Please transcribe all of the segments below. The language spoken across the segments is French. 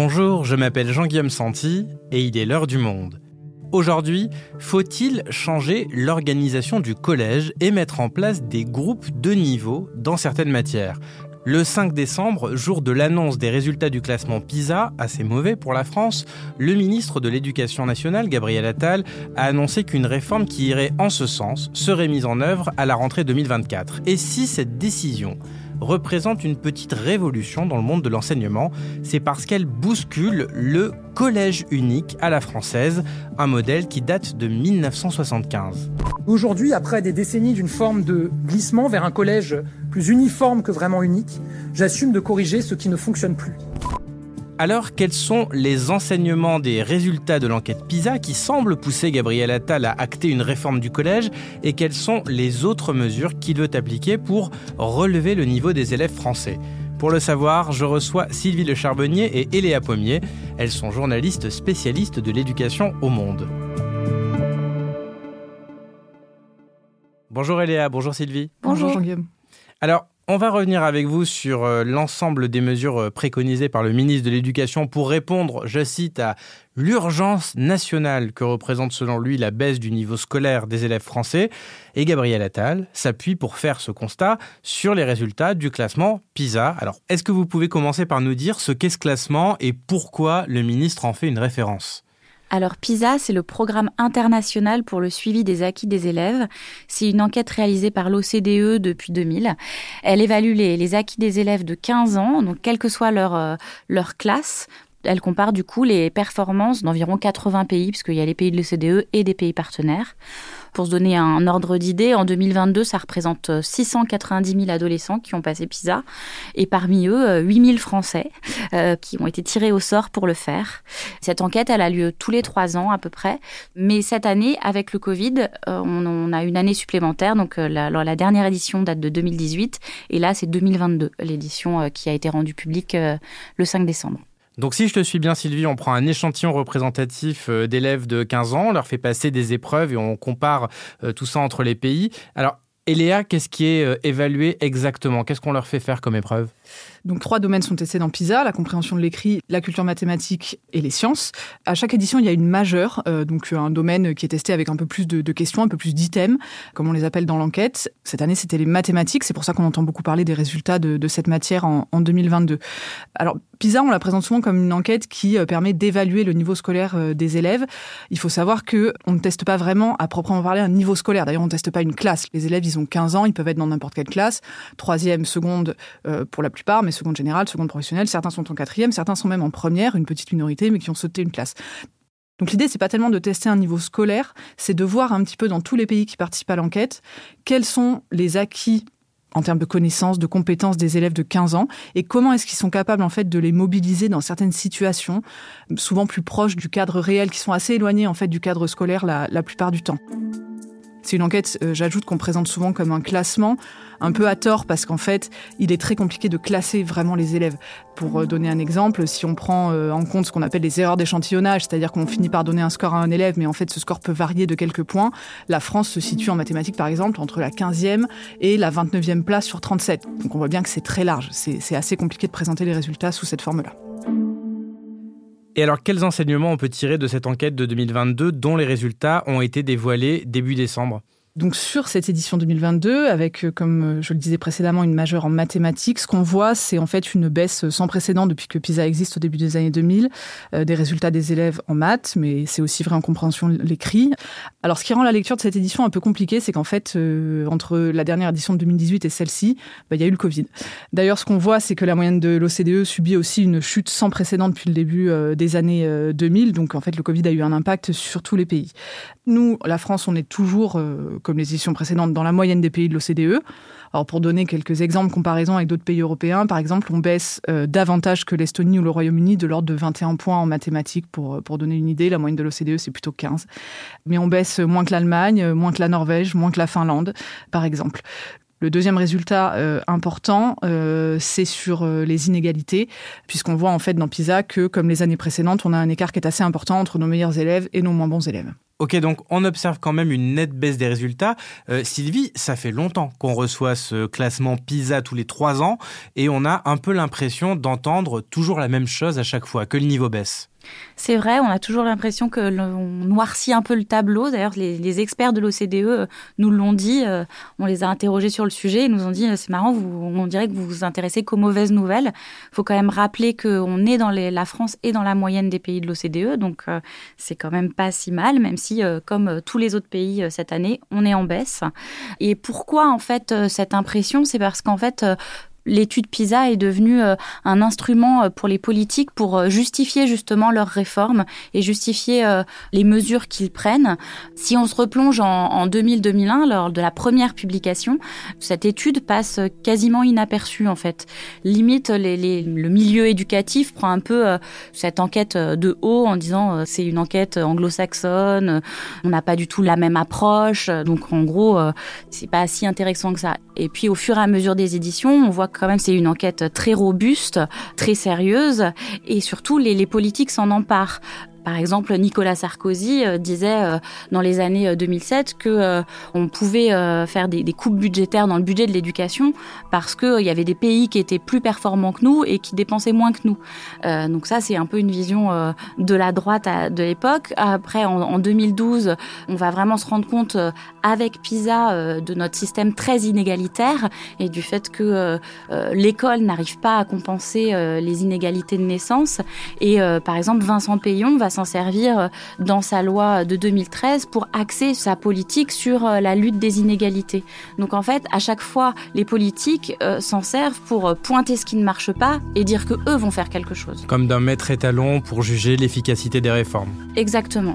Bonjour, je m'appelle Jean-Guillaume Santi et il est l'heure du monde. Aujourd'hui, faut-il changer l'organisation du collège et mettre en place des groupes de niveau dans certaines matières ? Le 5 décembre, jour de l'annonce des résultats du classement PISA, assez mauvais pour la France, le ministre de l'Éducation nationale, Gabriel Attal, a annoncé qu'une réforme qui irait en ce sens serait mise en œuvre à la rentrée 2024. Et si cette décision représente une petite révolution dans le monde de l'enseignement, c'est parce qu'elle bouscule le collège unique à la française, un modèle qui date de 1975. Aujourd'hui, après des décennies d'une forme de glissement vers un collège plus uniforme que vraiment unique, j'assume de corriger ce qui ne fonctionne plus. Alors, quels sont les enseignements des résultats de l'enquête PISA qui semblent pousser Gabriel Attal à acter une réforme du collège et quelles sont les autres mesures qu'il veut appliquer pour relever le niveau des élèves français ? Pour le savoir, je reçois Sylvie Le Charbonnier et Eléa Pommier. Elles sont journalistes spécialistes de l'éducation au Monde. Bonjour Eléa, bonjour Sylvie. Bonjour Jean-Guillaume. Alors, on va revenir avec vous sur l'ensemble des mesures préconisées par le ministre de l'Éducation pour répondre, je cite, à l'urgence nationale que représente selon lui la baisse du niveau scolaire des élèves français. Et Gabriel Attal s'appuie pour faire ce constat sur les résultats du classement PISA. Alors, est-ce que vous pouvez commencer par nous dire ce qu'est ce classement et pourquoi le ministre en fait une référence ? Alors PISA, c'est le programme international pour le suivi des acquis des élèves. C'est une enquête réalisée par l'OCDE depuis 2000. Elle évalue les acquis des élèves de 15 ans, donc quelle que soit leur classe. Elle compare du coup les performances d'environ 80 pays, puisqu'il y a les pays de l'OCDE et des pays partenaires. Pour se donner un ordre d'idée, en 2022, ça représente 690 000 adolescents qui ont passé PISA. Et parmi eux, 8 000 Français qui ont été tirés au sort pour le faire. Cette enquête, elle a lieu tous les 3 ans à peu près. Mais cette année, avec le Covid, on a une année supplémentaire. Donc la dernière édition date de 2018. Et là, c'est 2022, l'édition qui a été rendue publique le 5 décembre. Donc si je te suis bien Sylvie, on prend un échantillon représentatif d'élèves de 15 ans, on leur fait passer des épreuves et on compare tout ça entre les pays. Alors Eléa, qu'est-ce qui est évalué exactement ? Qu'est-ce qu'on leur fait faire comme épreuve ? Donc 3 domaines sont testés dans PISA, la compréhension de l'écrit, la culture mathématique et les sciences. À chaque édition, il y a une majeure, donc un domaine qui est testé avec un peu plus de questions, un peu plus d'items, comme on les appelle dans l'enquête. Cette année, c'était les mathématiques, c'est pour ça qu'on entend beaucoup parler des résultats de cette matière en 2022. Alors PISA, on la présente souvent comme une enquête qui permet d'évaluer le niveau scolaire des élèves. Il faut savoir qu'on ne teste pas vraiment, à proprement parler, un niveau scolaire. D'ailleurs, on ne teste pas une classe. Les élèves, ils ont 15 ans, ils peuvent être dans n'importe quelle classe, 3e, seconde pour la plupart, mais seconde générale, seconde professionnelle. Certains sont en 4e, certains sont même en première, une petite minorité, mais qui ont sauté une classe. Donc l'idée, c'est pas tellement de tester un niveau scolaire, c'est de voir un petit peu dans tous les pays qui participent à l'enquête, quels sont les acquis en termes de connaissances, de compétences des élèves de 15 ans et comment est-ce qu'ils sont capables en fait de les mobiliser dans certaines situations, souvent plus proches du cadre réel, qui sont assez éloignées en fait du cadre scolaire la plupart du temps. C'est une enquête, j'ajoute, qu'on présente souvent comme un classement, un peu à tort, parce qu'en fait, il est très compliqué de classer vraiment les élèves. Pour donner un exemple, si on prend en compte ce qu'on appelle les erreurs d'échantillonnage, c'est-à-dire qu'on finit par donner un score à un élève, mais en fait, ce score peut varier de quelques points, la France se situe en mathématiques, par exemple, entre la 15e et la 29e place sur 37. Donc on voit bien que c'est très large, c'est assez compliqué de présenter les résultats sous cette forme-là. Et alors, quels enseignements on peut tirer de cette enquête de 2022 dont les résultats ont été dévoilés début décembre ? Donc sur cette édition 2022, avec, comme je le disais précédemment, une majeure en mathématiques, ce qu'on voit, c'est en fait une baisse sans précédent depuis que PISA existe au début des années 2000, des résultats des élèves en maths, mais c'est aussi vrai en compréhension de l'écrit. Alors ce qui rend la lecture de cette édition un peu compliquée, c'est qu'en fait, entre la dernière édition de 2018 et celle-ci, il y a eu le Covid. D'ailleurs, ce qu'on voit, c'est que la moyenne de l'OCDE subit aussi une chute sans précédent depuis le début des années 2000, donc en fait le Covid a eu un impact sur tous les pays. Nous, la France, on est toujours, comme les éditions précédentes, dans la moyenne des pays de l'OCDE. Alors pour donner quelques exemples de comparaison avec d'autres pays européens, par exemple, on baisse davantage que l'Estonie ou le Royaume-Uni, de l'ordre de 21 points en mathématiques, pour donner une idée. La moyenne de l'OCDE, c'est plutôt 15. Mais on baisse moins que l'Allemagne, moins que la Norvège, moins que la Finlande, par exemple. Le deuxième résultat important, c'est sur les inégalités, puisqu'on voit en fait dans PISA que, comme les années précédentes, on a un écart qui est assez important entre nos meilleurs élèves et nos moins bons élèves. Ok, donc on observe quand même une nette baisse des résultats. Sylvie, ça fait longtemps qu'on reçoit ce classement PISA tous les 3 ans et on a un peu l'impression d'entendre toujours la même chose à chaque fois, que le niveau baisse. C'est vrai, on a toujours l'impression que l'on noircit un peu le tableau. D'ailleurs, les experts de l'OCDE nous l'ont dit. On les a interrogés sur le sujet. Ils nous ont dit, c'est marrant, on dirait que vous vous intéressez qu'aux mauvaises nouvelles. Il faut quand même rappeler qu'on est dans la France et dans la moyenne des pays de l'OCDE. Donc, c'est quand même pas si mal, même si, comme tous les autres pays cette année, on est en baisse. Et pourquoi, en fait, cette impression ? C'est parce qu'en fait, l'étude PISA est devenue un instrument pour les politiques pour justifier justement leurs réformes et justifier les mesures qu'ils prennent. Si on se replonge en 2000-2001, lors de la première publication, cette étude passe quasiment inaperçue en fait. Limite, le milieu éducatif prend un peu cette enquête de haut en disant c'est une enquête anglo-saxonne, on n'a pas du tout la même approche, donc en gros, c'est pas si intéressant que ça. Et puis au fur et à mesure des éditions, on voit quand même c'est une enquête très robuste, très sérieuse, et surtout les politiques s'en emparent. Par exemple, Nicolas Sarkozy disait dans les années 2007 que on pouvait faire des coupes budgétaires dans le budget de l'éducation parce qu'il y avait des pays qui étaient plus performants que nous et qui dépensaient moins que nous. Donc ça, c'est un peu une vision de la droite de l'époque. Après, en 2012, on va vraiment se rendre compte avec PISA de notre système très inégalitaire et du fait que l'école n'arrive pas à compenser les inégalités de naissance. Et par exemple, Vincent Peillon va s'en servir dans sa loi de 2013 pour axer sa politique sur la lutte des inégalités. Donc en fait, à chaque fois, les politiques s'en servent pour pointer ce qui ne marche pas et dire que eux vont faire quelque chose. Comme d'un maître étalon pour juger l'efficacité des réformes. Exactement.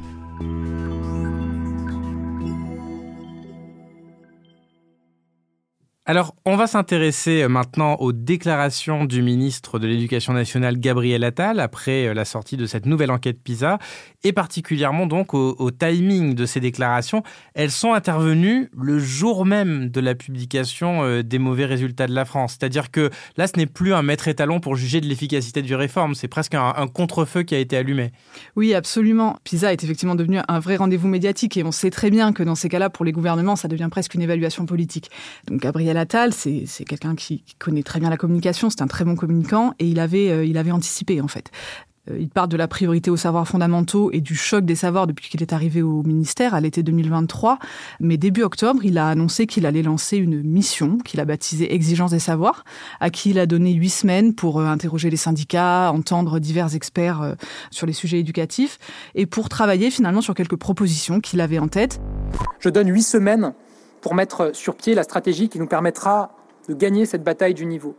Alors, on va s'intéresser maintenant aux déclarations du ministre de l'Éducation nationale Gabriel Attal après la sortie de cette nouvelle enquête PISA et particulièrement donc au timing de ces déclarations. Elles sont intervenues le jour même de la publication des mauvais résultats de la France. C'est-à-dire que là, ce n'est plus un maître étalon pour juger de l'efficacité d'une réforme, c'est presque un contre-feu qui a été allumé. Oui, absolument. PISA est effectivement devenu un vrai rendez-vous médiatique et on sait très bien que dans ces cas-là, pour les gouvernements, ça devient presque une évaluation politique. Donc Gabriel Attal, c'est quelqu'un qui connaît très bien la communication, c'est un très bon communicant et il avait anticipé en fait. Il part de la priorité aux savoirs fondamentaux et du choc des savoirs depuis qu'il est arrivé au ministère à l'été 2023. Mais début octobre, il a annoncé qu'il allait lancer une mission qu'il a baptisée Exigence des savoirs, à qui il a donné 8 semaines pour interroger les syndicats, entendre divers experts sur les sujets éducatifs et pour travailler finalement sur quelques propositions qu'il avait en tête. Je donne 8 semaines pour mettre sur pied la stratégie qui nous permettra de gagner cette bataille du niveau.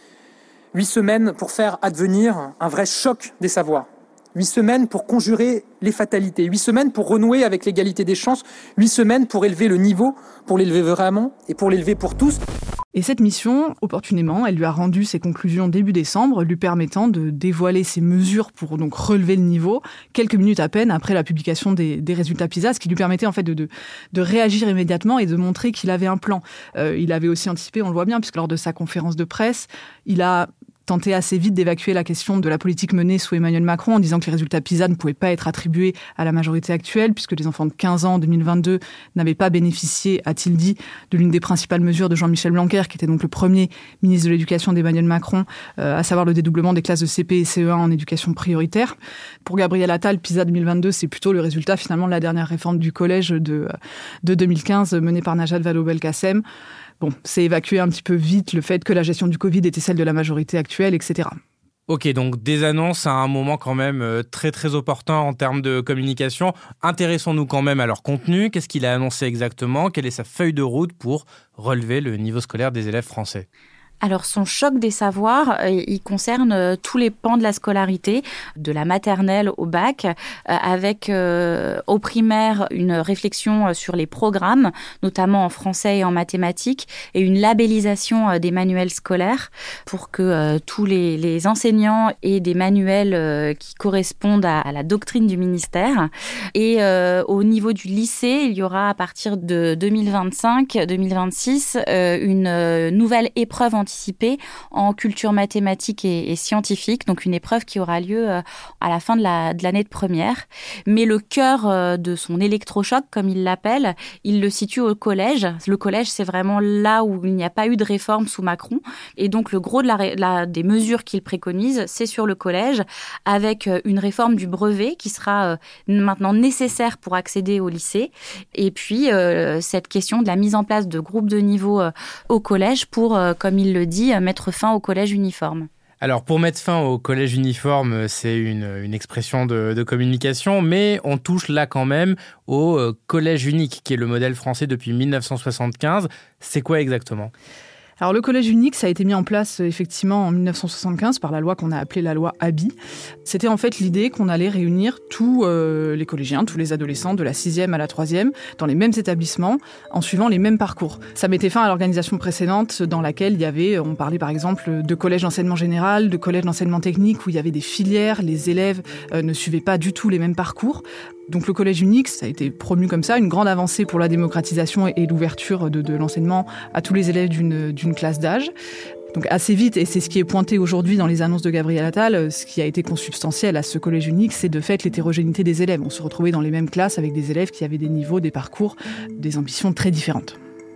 8 semaines pour faire advenir un vrai choc des savoirs. 8 semaines pour conjurer les fatalités. 8 semaines pour renouer avec l'égalité des chances. 8 semaines pour élever le niveau, pour l'élever vraiment et pour l'élever pour tous. Et cette mission, opportunément, elle lui a rendu ses conclusions début décembre, lui permettant de dévoiler ses mesures pour donc relever le niveau, quelques minutes à peine après la publication des résultats PISA, ce qui lui permettait en fait de réagir immédiatement et de montrer qu'il avait un plan. Il avait aussi anticipé, on le voit bien, puisque lors de sa conférence de presse, il a tenté assez vite d'évacuer la question de la politique menée sous Emmanuel Macron en disant que les résultats PISA ne pouvaient pas être attribués à la majorité actuelle puisque les enfants de 15 ans en 2022 n'avaient pas bénéficié, a-t-il dit, de l'une des principales mesures de Jean-Michel Blanquer, qui était donc le premier ministre de l'Éducation d'Emmanuel Macron, à savoir le dédoublement des classes de CP et CE1 en éducation prioritaire. Pour Gabriel Attal, PISA 2022, c'est plutôt le résultat finalement de la dernière réforme du collège de 2015 menée par Najat Vallaud-Belkacem. Bon, c'est évacué un petit peu vite le fait que la gestion du Covid était celle de la majorité actuelle, etc. Ok, donc des annonces à un moment quand même très très opportun en termes de communication. Intéressons-nous quand même à leur contenu. Qu'est-ce qu'il a annoncé exactement ? Quelle est sa feuille de route pour relever le niveau scolaire des élèves français ? Alors, son choc des savoirs, il concerne tous les pans de la scolarité, de la maternelle au bac, avec au primaire une réflexion sur les programmes, notamment en français et en mathématiques, et une labellisation des manuels scolaires pour que tous les enseignants aient des manuels qui correspondent à la doctrine du ministère. Et au niveau du lycée, il y aura à partir de 2025-2026 une nouvelle épreuve anticipée anticipée en culture mathématique et scientifique, donc une épreuve qui aura lieu à la fin de l'année de première. Mais le cœur de son électrochoc, comme il l'appelle, il le situe au collège. Le collège, c'est vraiment là où il n'y a pas eu de réforme sous Macron. Et donc, le gros des mesures qu'il préconise, c'est sur le collège, avec une réforme du brevet qui sera maintenant nécessaire pour accéder au lycée. Et puis, cette question de la mise en place de groupes de niveau au collège pour, comme il le dit, mettre fin au collège uniforme. Alors, pour mettre fin au collège uniforme, c'est une expression de communication, mais on touche là quand même au collège unique, qui est le modèle français depuis 1975. C'est quoi exactement ? Alors le collège unique, ça a été mis en place effectivement en 1975 par la loi qu'on a appelée la loi Haby. C'était en fait l'idée qu'on allait réunir tous les collégiens, tous les adolescents de la 6e à la 3e dans les mêmes établissements en suivant les mêmes parcours. Ça mettait fin à l'organisation précédente dans laquelle on parlait par exemple de collège d'enseignement général, de collège d'enseignement technique où il y avait des filières, les élèves ne suivaient pas du tout les mêmes parcours. Donc le collège unique, ça a été promu comme ça, une grande avancée pour la démocratisation et l'ouverture de l'enseignement à tous les élèves d'une classe d'âge. Donc assez vite, et c'est ce qui est pointé aujourd'hui dans les annonces de Gabriel Attal, ce qui a été consubstantiel à ce collège unique, c'est de fait l'hétérogénéité des élèves. On se retrouvait dans les mêmes classes avec des élèves qui avaient des niveaux, des parcours, des ambitions très différentes.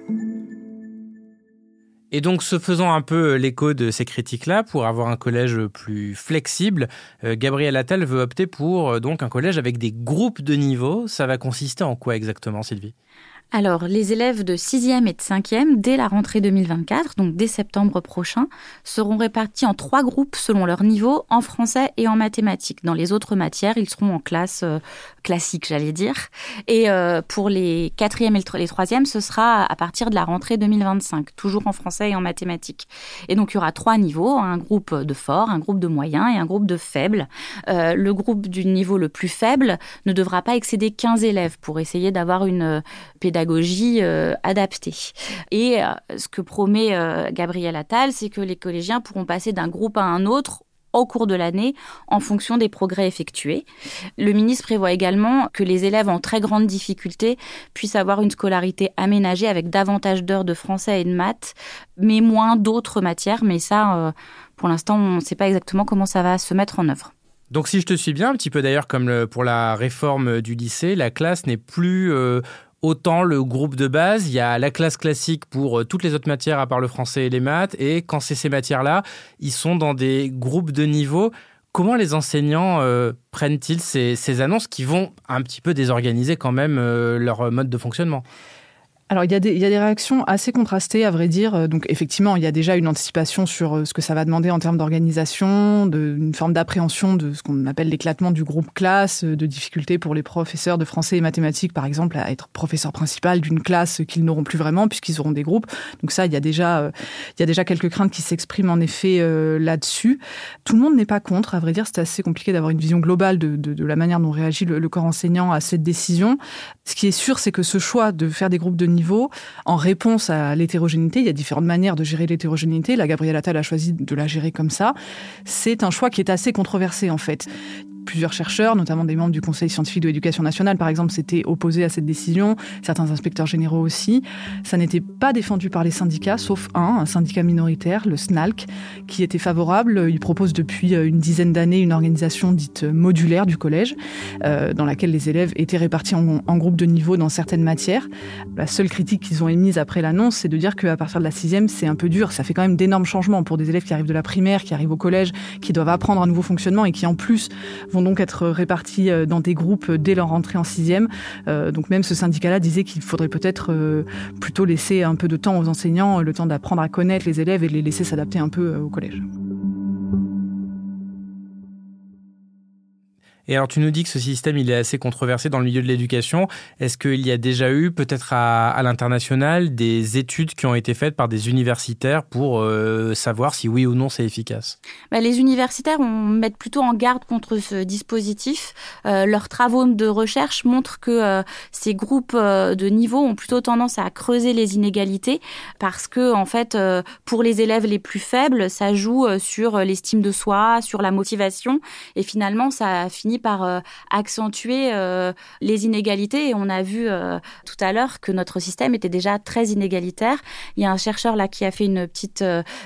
Et donc, se faisant un peu l'écho de ces critiques-là, pour avoir un collège plus flexible, Gabriel Attal veut opter pour donc un collège avec des groupes de niveau. Ça va consister en quoi exactement, Sylvie ? Alors, les élèves de 6e et de 5e, dès la rentrée 2024, donc dès septembre prochain, seront répartis en 3 groupes selon leur niveau en français et en mathématiques. Dans les autres matières, ils seront en classe classique, j'allais dire. Et pour les 4e et les 3e, ce sera à partir de la rentrée 2025, toujours en français et en mathématiques. Et donc, il y aura 3 niveaux, un groupe de fort, un groupe de moyen et un groupe de faible. Le groupe du niveau le plus faible ne devra pas excéder 15 élèves pour essayer d'avoir une pédagogie adaptée. Et ce que promet Gabriel Attal, c'est que les collégiens pourront passer d'un groupe à un autre au cours de l'année en fonction des progrès effectués. Le ministre prévoit également que les élèves en très grande difficulté puissent avoir une scolarité aménagée avec davantage d'heures de français et de maths, mais moins d'autres matières. Mais ça, pour l'instant, on ne sait pas exactement comment ça va se mettre en œuvre. Donc si je te suis bien, un petit peu d'ailleurs comme pour la réforme du lycée, la classe n'est plus autant le groupe de base. Il y a la classe classique pour toutes les autres matières à part le français et les maths. Et quand c'est ces matières-là, ils sont dans des groupes de niveau. Comment les enseignants prennent-ils ces annonces qui vont un petit peu désorganiser quand même leur mode de fonctionnement ? Alors, il y a des réactions assez contrastées, à vrai dire. Donc, effectivement, il y a déjà une anticipation sur ce que ça va demander en termes d'organisation, une forme d'appréhension de ce qu'on appelle l'éclatement du groupe classe, de difficultés pour les professeurs de français et mathématiques, par exemple, à être professeur principal d'une classe qu'ils n'auront plus vraiment, puisqu'ils auront des groupes. Donc ça, il y a déjà quelques craintes qui s'expriment en effet là-dessus. Tout le monde n'est pas contre. À vrai dire, c'est assez compliqué d'avoir une vision globale de la manière dont réagit le corps enseignant à cette décision. Ce qui est sûr, c'est que ce choix de faire des groupes de niveau, en réponse à l'hétérogénéité, il y a différentes manières de gérer l'hétérogénéité. La Gabriel Attal a choisi de la gérer comme ça. C'est un choix qui est assez controversé, en fait. Plusieurs chercheurs, notamment des membres du Conseil scientifique de l'éducation nationale, par exemple, s'étaient opposés à cette décision. Certains inspecteurs généraux aussi. Ça n'était pas défendu par les syndicats, sauf un syndicat minoritaire, le SNALC, qui était favorable. Il propose depuis une dizaine d'années une organisation dite modulaire du collège, dans laquelle les élèves étaient répartis en groupes de niveau dans certaines matières. La seule critique qu'ils ont émise après l'annonce, c'est de dire qu'à partir de la 6e, c'est un peu dur. Ça fait quand même d'énormes changements pour des élèves qui arrivent de la primaire, qui arrivent au collège, qui doivent apprendre un nouveau fonctionnement et qui, en plus, vont donc être répartis dans des groupes dès leur entrée en 6e. Donc même ce syndicat-là disait qu'il faudrait peut-être plutôt laisser un peu de temps aux enseignants, le temps d'apprendre à connaître les élèves et de les laisser s'adapter un peu au collège. Et alors, tu nous dis que ce système, il est assez controversé dans le milieu de l'éducation. Est-ce qu'il y a déjà eu, peut-être à l'international, des études qui ont été faites par des universitaires pour savoir si oui ou non c'est efficace ? Les universitaires mettent plutôt en garde contre ce dispositif. Leurs travaux de recherche montrent que ces groupes de niveau ont plutôt tendance à creuser les inégalités parce que, en fait, pour les élèves les plus faibles, ça joue sur l'estime de soi, sur la motivation et finalement, ça finit finit par accentuer les inégalités. Et on a vu tout à l'heure que notre système était déjà très inégalitaire. Il y a un chercheur là qui a fait une petite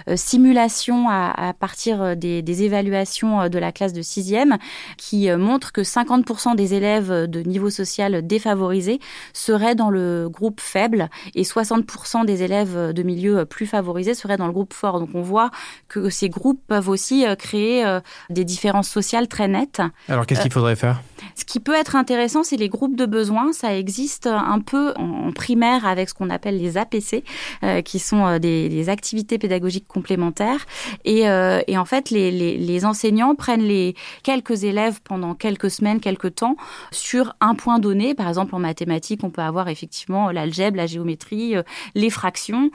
simulation à partir des évaluations de la classe de 6e qui montre que 50% des élèves de niveau social défavorisés seraient dans le groupe faible et 60% des élèves de milieux plus favorisés seraient dans le groupe fort. Donc on voit que ces groupes peuvent aussi créer des différences sociales très nettes. Alors qu'est-ce qu'il faudrait faire ? Ce qui peut être intéressant, c'est les groupes de besoins. Ça existe un peu en primaire avec ce qu'on appelle les APC, qui sont des activités pédagogiques complémentaires. Et en fait, les enseignants prennent les quelques élèves pendant quelques semaines, quelques temps, sur un point donné. Par exemple, en mathématiques, on peut avoir effectivement l'algèbre, la géométrie, les fractions.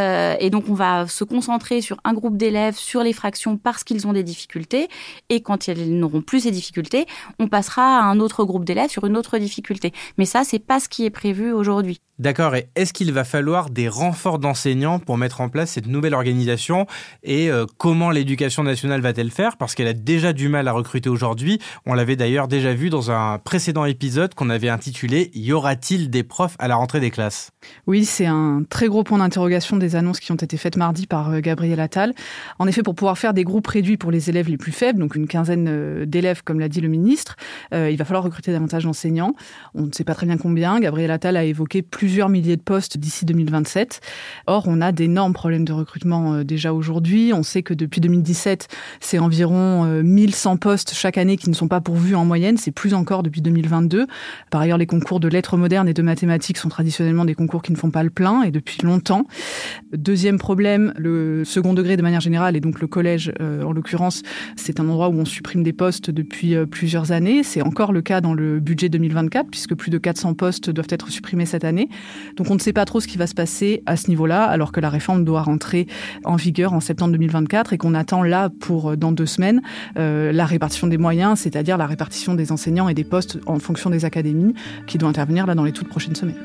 Et donc, on va se concentrer sur un groupe d'élèves, sur les fractions, parce qu'ils ont des difficultés. Et quand ils n'auront plus ces difficultés, on passera à un autre groupe d'élèves sur une autre difficulté. Mais ça, c'est pas ce qui est prévu aujourd'hui. D'accord. Et est-ce qu'il va falloir des renforts d'enseignants pour mettre en place cette nouvelle organisation ? Et comment l'éducation nationale va-t-elle faire ? Parce qu'elle a déjà du mal à recruter aujourd'hui. On l'avait d'ailleurs déjà vu dans un précédent épisode qu'on avait intitulé « Y aura-t-il des profs à la rentrée des classes ?» Oui, c'est un très gros point d'interrogation des annonces qui ont été faites mardi par Gabriel Attal. En effet, pour pouvoir faire des groupes réduits pour les élèves les plus faibles, donc une quinzaine d'élèves, comme l'a dit le ministre, il va falloir recruter davantage d'enseignants. On ne sait pas très bien combien. Gabriel Attal a évoqué plusieurs milliers de postes d'ici 2027. Or, on a d'énormes problèmes de recrutement déjà aujourd'hui. On sait que depuis 2017, c'est environ 1100 postes chaque année qui ne sont pas pourvus en moyenne. C'est plus encore depuis 2022. Par ailleurs, les concours de lettres modernes et de mathématiques sont traditionnellement des concours qui ne font pas le plein et depuis longtemps. Deuxième problème, le second degré de manière générale et donc le collège en l'occurrence, c'est un endroit où on supprime des postes depuis plusieurs années. C'est encore le cas dans le budget 2024 puisque plus de 400 postes doivent être supprimés cette année. Donc on ne sait pas trop ce qui va se passer à ce niveau-là alors que la réforme doit rentrer en vigueur en septembre 2024 et qu'on attend là pour dans 2 semaines la répartition des moyens, c'est-à-dire la répartition des enseignants et des postes en fonction des académies qui doit intervenir là dans les toutes prochaines semaines.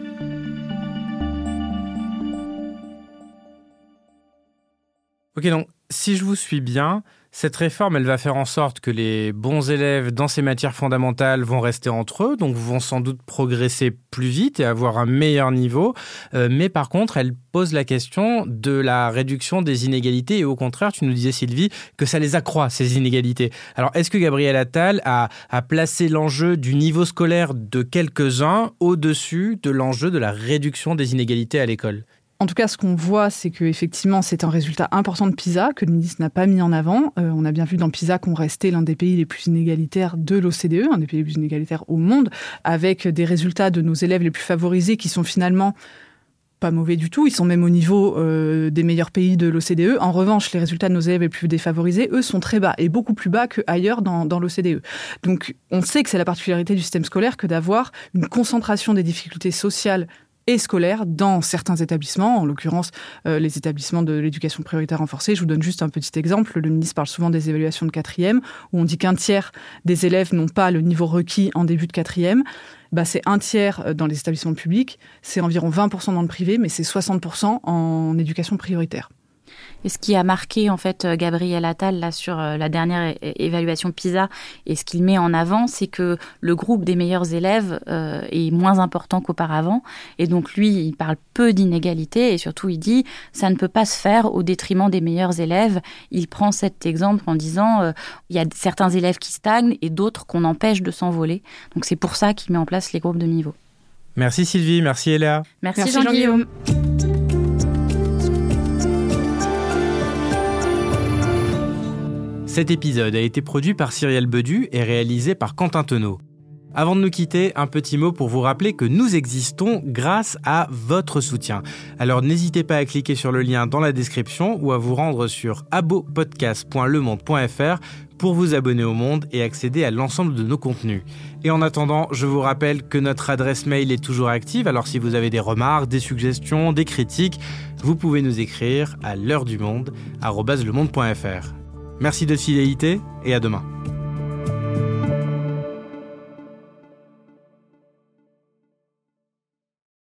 Ok, donc si je vous suis bien, cette réforme, elle va faire en sorte que les bons élèves dans ces matières fondamentales vont rester entre eux, donc vont sans doute progresser plus vite et avoir un meilleur niveau. Mais par contre, elle pose la question de la réduction des inégalités et au contraire, tu nous disais Sylvie, que ça les accroît, ces inégalités. Alors, est-ce que Gabriel Attal a placé l'enjeu du niveau scolaire de quelques-uns au-dessus de l'enjeu de la réduction des inégalités à l'école ? En tout cas, ce qu'on voit, c'est qu'effectivement, c'est un résultat important de PISA que le ministre n'a pas mis en avant. On a bien vu dans PISA qu'on restait l'un des pays les plus inégalitaires de l'OCDE, un des pays les plus inégalitaires au monde, avec des résultats de nos élèves les plus favorisés qui sont finalement pas mauvais du tout. Ils sont même au niveau des meilleurs pays de l'OCDE. En revanche, les résultats de nos élèves les plus défavorisés, eux, sont très bas et beaucoup plus bas qu'ailleurs dans l'OCDE. Donc, on sait que c'est la particularité du système scolaire que d'avoir une concentration des difficultés sociales et scolaires dans certains établissements, en l'occurrence les établissements de l'éducation prioritaire renforcée. Je vous donne juste un petit exemple. Le ministre parle souvent des évaluations de 4e, où on dit qu'un tiers des élèves n'ont pas le niveau requis en début de 4e. C'est un tiers dans les établissements publics, c'est environ 20% dans le privé, mais c'est 60% en éducation prioritaire. Et ce qui a marqué en fait Gabriel Attal là, sur la dernière évaluation PISA et ce qu'il met en avant, c'est que le groupe des meilleurs élèves est moins important qu'auparavant. Et donc lui, il parle peu d'inégalité et surtout il dit ça ne peut pas se faire au détriment des meilleurs élèves. Il prend cet exemple en disant il y a certains élèves qui stagnent et d'autres qu'on empêche de s'envoler. Donc c'est pour ça qu'il met en place les groupes de niveau. Merci Sylvie, merci Eléa. Merci Jean-Guillaume. Cet épisode a été produit par Cyrielle Bedu et réalisé par Quentin Tenot. Avant de nous quitter, un petit mot pour vous rappeler que nous existons grâce à votre soutien. Alors n'hésitez pas à cliquer sur le lien dans la description ou à vous rendre sur abopodcast.lemonde.fr pour vous abonner au Monde et accéder à l'ensemble de nos contenus. Et en attendant, je vous rappelle que notre adresse mail est toujours active, alors si vous avez des remarques, des suggestions, des critiques, vous pouvez nous écrire à l'heure-du-monde@lemonde.fr. Merci de fidélité et à demain.